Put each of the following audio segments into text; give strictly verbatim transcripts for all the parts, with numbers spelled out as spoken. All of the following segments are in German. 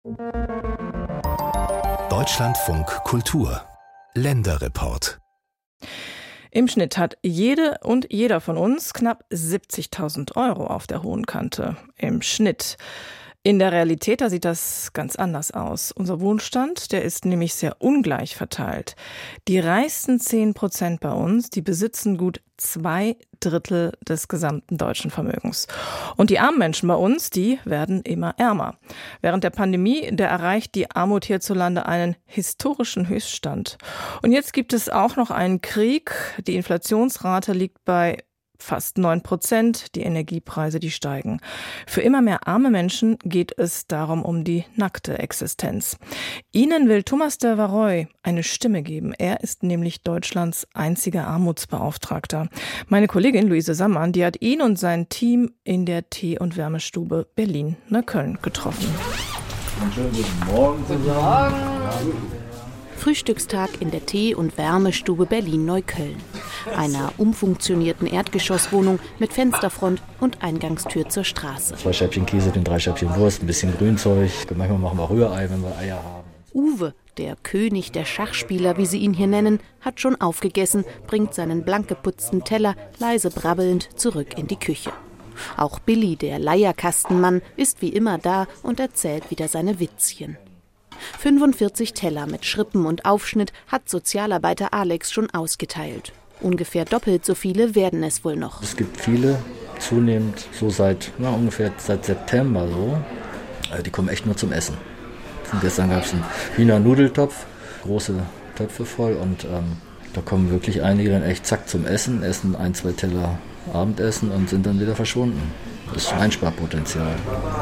Deutschlandfunk Kultur Länderreport. Im Schnitt hat jede und jeder von uns knapp siebzigtausend Euro auf der hohen Kante. Im Schnitt. In der Realität, da sieht das ganz anders aus. Unser Wohlstand, der ist nämlich sehr ungleich verteilt. Die reichsten zehn Prozent bei uns, die besitzen gut zwei Drittel des gesamten deutschen Vermögens. Und die armen Menschen bei uns, die werden immer ärmer. Während der Pandemie, da erreicht die Armut hierzulande einen historischen Höchststand. Und jetzt gibt es auch noch einen Krieg. Die Inflationsrate liegt bei fast neun Prozent, die Energiepreise, die steigen. Für immer mehr arme Menschen geht es darum um die nackte Existenz. Ihnen will Thomas de Varroy eine Stimme geben. Er ist nämlich Deutschlands einziger Armutsbeauftragter. Meine Kollegin Luise Sammann, die hat ihn und sein Team in der Tee- und Wärmestube Berlin-Neukölln getroffen. Schönen guten Morgen zusammen. Frühstückstag in der Tee- und Wärmestube Berlin-Neukölln. Einer umfunktionierten Erdgeschosswohnung mit Fensterfront und Eingangstür zur Straße. Zwei Scheibchen Käse, drei Scheibchen Wurst, ein bisschen Grünzeug. Manchmal machen wir Rührei, wenn wir Eier haben. Uwe, der König der Schachspieler, wie sie ihn hier nennen, hat schon aufgegessen, bringt seinen blank geputzten Teller leise brabbelnd zurück in die Küche. Auch Billy, der Leierkastenmann, ist wie immer da und erzählt wieder seine Witzchen. fünfundvierzig Teller mit Schrippen und Aufschnitt hat Sozialarbeiter Alex schon ausgeteilt. Ungefähr doppelt so viele werden es wohl noch. Es gibt viele, zunehmend so seit na, ungefähr seit September so. Die kommen echt nur zum Essen. Und gestern gab es einen Wiener Nudeltopf, große Töpfe voll und ähm, da kommen wirklich einige dann echt zack zum Essen, essen ein, zwei Teller Abendessen und sind dann wieder verschwunden. Das ist Einsparpotenzial.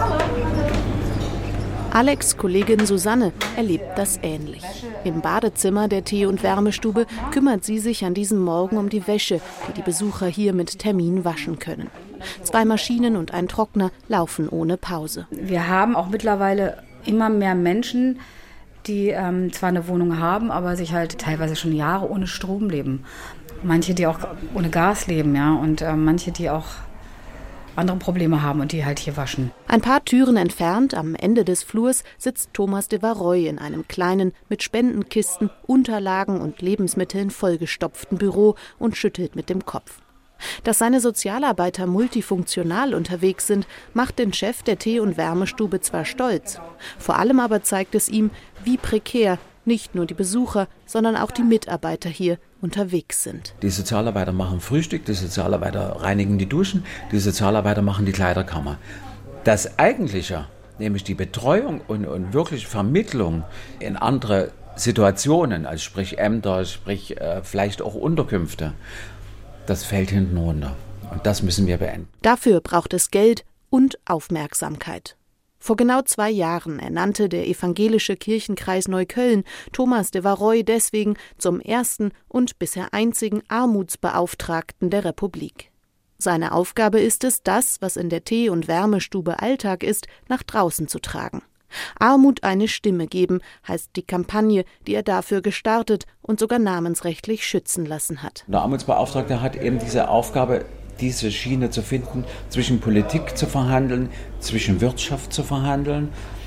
Alex' Kollegin Susanne erlebt das ähnlich. Im Badezimmer der Tee- und Wärmestube kümmert sie sich an diesem Morgen um die Wäsche, die die Besucher hier mit Termin waschen können. Zwei Maschinen und ein Trockner laufen ohne Pause. Wir haben auch mittlerweile immer mehr Menschen, die ähm, zwar eine Wohnung haben, aber sich halt teilweise schon Jahre ohne Strom leben. Manche, die auch ohne Gas leben, ja, und äh, manche, die auch andere Probleme haben und die halt hier waschen. Ein paar Türen entfernt, am Ende des Flurs, sitzt Thomas de Varroy in einem kleinen, mit Spendenkisten, Unterlagen und Lebensmitteln vollgestopften Büro und schüttelt mit dem Kopf. Dass seine Sozialarbeiter multifunktional unterwegs sind, macht den Chef der Tee- und Wärmestube zwar stolz. Vor allem aber zeigt es ihm, wie prekär nicht nur die Besucher, sondern auch die Mitarbeiter hier unterwegs sind. Die Sozialarbeiter machen Frühstück, die Sozialarbeiter reinigen die Duschen, die Sozialarbeiter machen die Kleiderkammer. Das Eigentliche, nämlich die Betreuung und, und wirkliche Vermittlung in andere Situationen, also sprich Ämter, sprich äh, vielleicht auch Unterkünfte, das fällt hinten runter. Und das müssen wir beenden. Dafür braucht es Geld und Aufmerksamkeit. Vor genau zwei Jahren ernannte der evangelische Kirchenkreis Neukölln Thomas de Varroy deswegen zum ersten und bisher einzigen Armutsbeauftragten der Republik. Seine Aufgabe ist es, das, was in der Tee- und Wärmestube Alltag ist, nach draußen zu tragen. Armut eine Stimme geben, heißt die Kampagne, die er dafür gestartet und sogar namensrechtlich schützen lassen hat. Der Armutsbeauftragte hat eben diese Aufgabe, diese Schiene zu finden, zwischen Politik zu verhandeln, zwischen Wirtschaft zu verhandeln,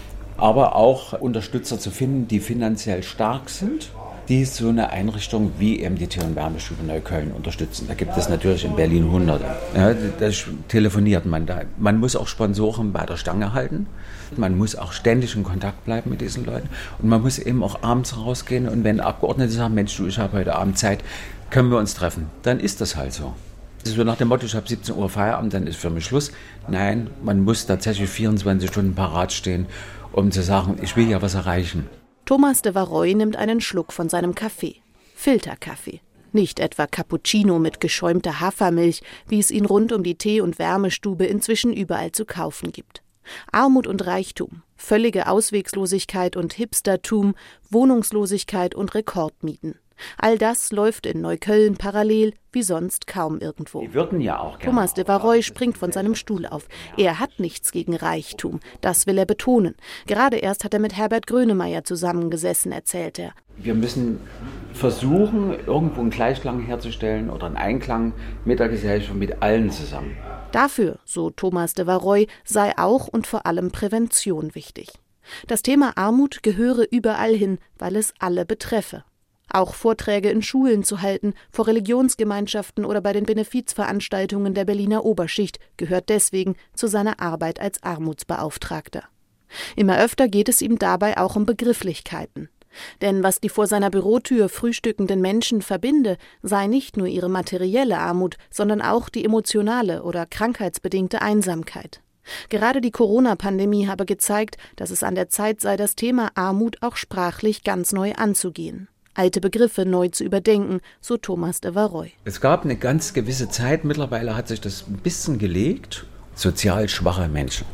aber auch Unterstützer zu finden, die finanziell stark sind, die so eine Einrichtung wie eben die Tee- und Wärmestube Neukölln unterstützen. Da gibt es natürlich in Berlin Hunderte. Ja, da telefoniert man da. Man muss auch Sponsoren bei der Stange halten. Man muss auch ständig in Kontakt bleiben mit diesen Leuten. Und man muss eben auch abends rausgehen. Und wenn Abgeordnete sagen, Mensch, du, ich habe heute Abend Zeit, können wir uns treffen, dann ist das halt so. Das ist so nach dem Motto, ich habe siebzehn Uhr Feierabend, dann ist für mich Schluss. Nein, man muss tatsächlich vierundzwanzig Stunden parat stehen, um zu sagen, ich will ja was erreichen. Thomas de Varroy nimmt einen Schluck von seinem Kaffee. Filterkaffee. Nicht etwa Cappuccino mit geschäumter Hafermilch, wie es ihn rund um die Tee- und Wärmestube inzwischen überall zu kaufen gibt. Armut und Reichtum, völlige Auswegslosigkeit und Hipstertum, Wohnungslosigkeit und Rekordmieten. All das läuft in Neukölln parallel wie sonst kaum irgendwo. Die würden ja auch gerne. Thomas de Varroy springt von seinem Stuhl auf. Er hat nichts gegen Reichtum, das will er betonen. Gerade erst hat er mit Herbert Grönemeyer zusammengesessen, erzählt er. Wir müssen versuchen, irgendwo einen Gleichklang herzustellen oder einen Einklang mit der Gesellschaft, mit allen zusammen. Dafür, so Thomas de Varroy, sei auch und vor allem Prävention wichtig. Das Thema Armut gehöre überall hin, weil es alle betreffe. Auch Vorträge in Schulen zu halten, vor Religionsgemeinschaften oder bei den Benefizveranstaltungen der Berliner Oberschicht gehört deswegen zu seiner Arbeit als Armutsbeauftragter. Immer öfter geht es ihm dabei auch um Begrifflichkeiten. Denn was die vor seiner Bürotür frühstückenden Menschen verbinde, sei nicht nur ihre materielle Armut, sondern auch die emotionale oder krankheitsbedingte Einsamkeit. Gerade die Corona-Pandemie habe gezeigt, dass es an der Zeit sei, das Thema Armut auch sprachlich ganz neu anzugehen. Alte Begriffe neu zu überdenken, so Thomas de Varroy. Es gab eine ganz gewisse Zeit, mittlerweile hat sich das ein bisschen gelegt, sozial schwache Menschen.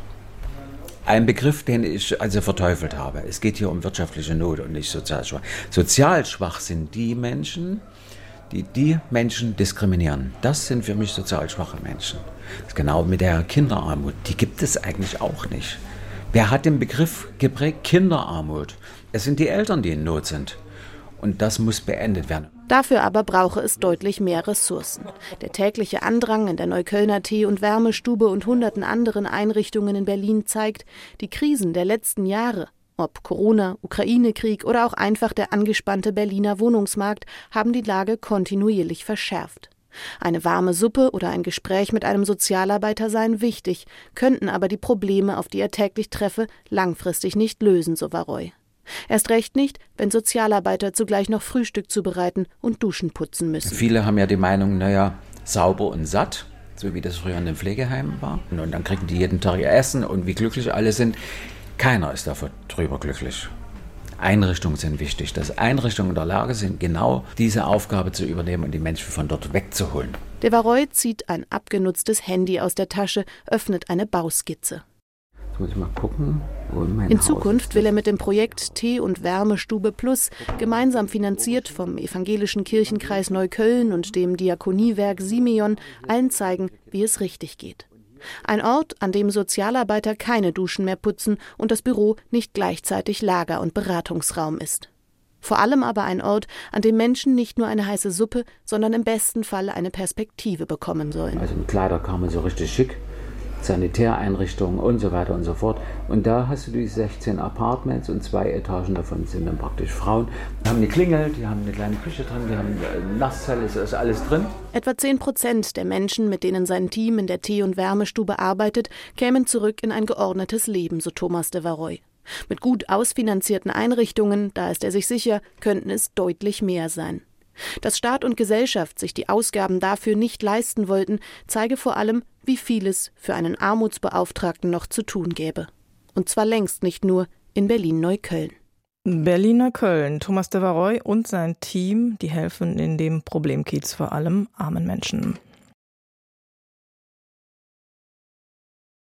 Ein Begriff, den ich also verteufelt habe. Es geht hier um wirtschaftliche Not und nicht sozial schwach. Sozial schwach sind die Menschen, die die Menschen diskriminieren. Das sind für mich sozial schwache Menschen. Das ist genau mit der Kinderarmut. Die gibt es eigentlich auch nicht. Wer hat den Begriff geprägt? Kinderarmut. Es sind die Eltern, die in Not sind. Und das muss beendet werden. Dafür aber brauche es deutlich mehr Ressourcen. Der tägliche Andrang in der Neuköllner Tee- und Wärmestube und hunderten anderen Einrichtungen in Berlin zeigt, die Krisen der letzten Jahre, ob Corona, Ukraine-Krieg oder auch einfach der angespannte Berliner Wohnungsmarkt, haben die Lage kontinuierlich verschärft. Eine warme Suppe oder ein Gespräch mit einem Sozialarbeiter seien wichtig, könnten aber die Probleme, auf die er täglich treffe, langfristig nicht lösen, so Varroy. Erst recht nicht, wenn Sozialarbeiter zugleich noch Frühstück zubereiten und Duschen putzen müssen. Viele haben ja die Meinung, naja, sauber und satt, so wie das früher in den Pflegeheimen war. Und dann kriegen die jeden Tag ihr Essen und wie glücklich alle sind. Keiner ist dafür drüber glücklich. Einrichtungen sind wichtig, dass Einrichtungen in der Lage sind, genau diese Aufgabe zu übernehmen und die Menschen von dort wegzuholen. De Varroy zieht ein abgenutztes Handy aus der Tasche, öffnet eine Bauskizze. Jetzt muss ich mal gucken, wo mein In Haus Zukunft ist. will er mit dem Projekt Tee- und Wärmestube Plus, gemeinsam finanziert vom Evangelischen Kirchenkreis Neukölln und dem Diakoniewerk Simeon, allen zeigen, wie es richtig geht. Ein Ort, an dem Sozialarbeiter keine Duschen mehr putzen und das Büro nicht gleichzeitig Lager- und Beratungsraum ist. Vor allem aber ein Ort, an dem Menschen nicht nur eine heiße Suppe, sondern im besten Fall eine Perspektive bekommen sollen. Also mit Kleider kam man so richtig schick, Sanitäreinrichtungen und so weiter und so fort. Und da hast du die sechzehn Apartments und zwei Etagen davon sind dann praktisch Frauen. Die haben eine Klingel, die haben eine kleine Küche drin, die haben eine Nasszelle, es ist alles drin. Etwa zehn Prozent der Menschen, mit denen sein Team in der Tee- und Wärmestube arbeitet, kämen zurück in ein geordnetes Leben, so Thomas de Varroy. Mit gut ausfinanzierten Einrichtungen, da ist er sich sicher, könnten es deutlich mehr sein. Dass Staat und Gesellschaft sich die Ausgaben dafür nicht leisten wollten, zeige vor allem, wie viel es für einen Armutsbeauftragten noch zu tun gäbe. Und zwar längst nicht nur in Berlin-Neukölln. Berlin-Neukölln. Thomas de Varroy und sein Team, die helfen in dem Problemkiez vor allem armen Menschen.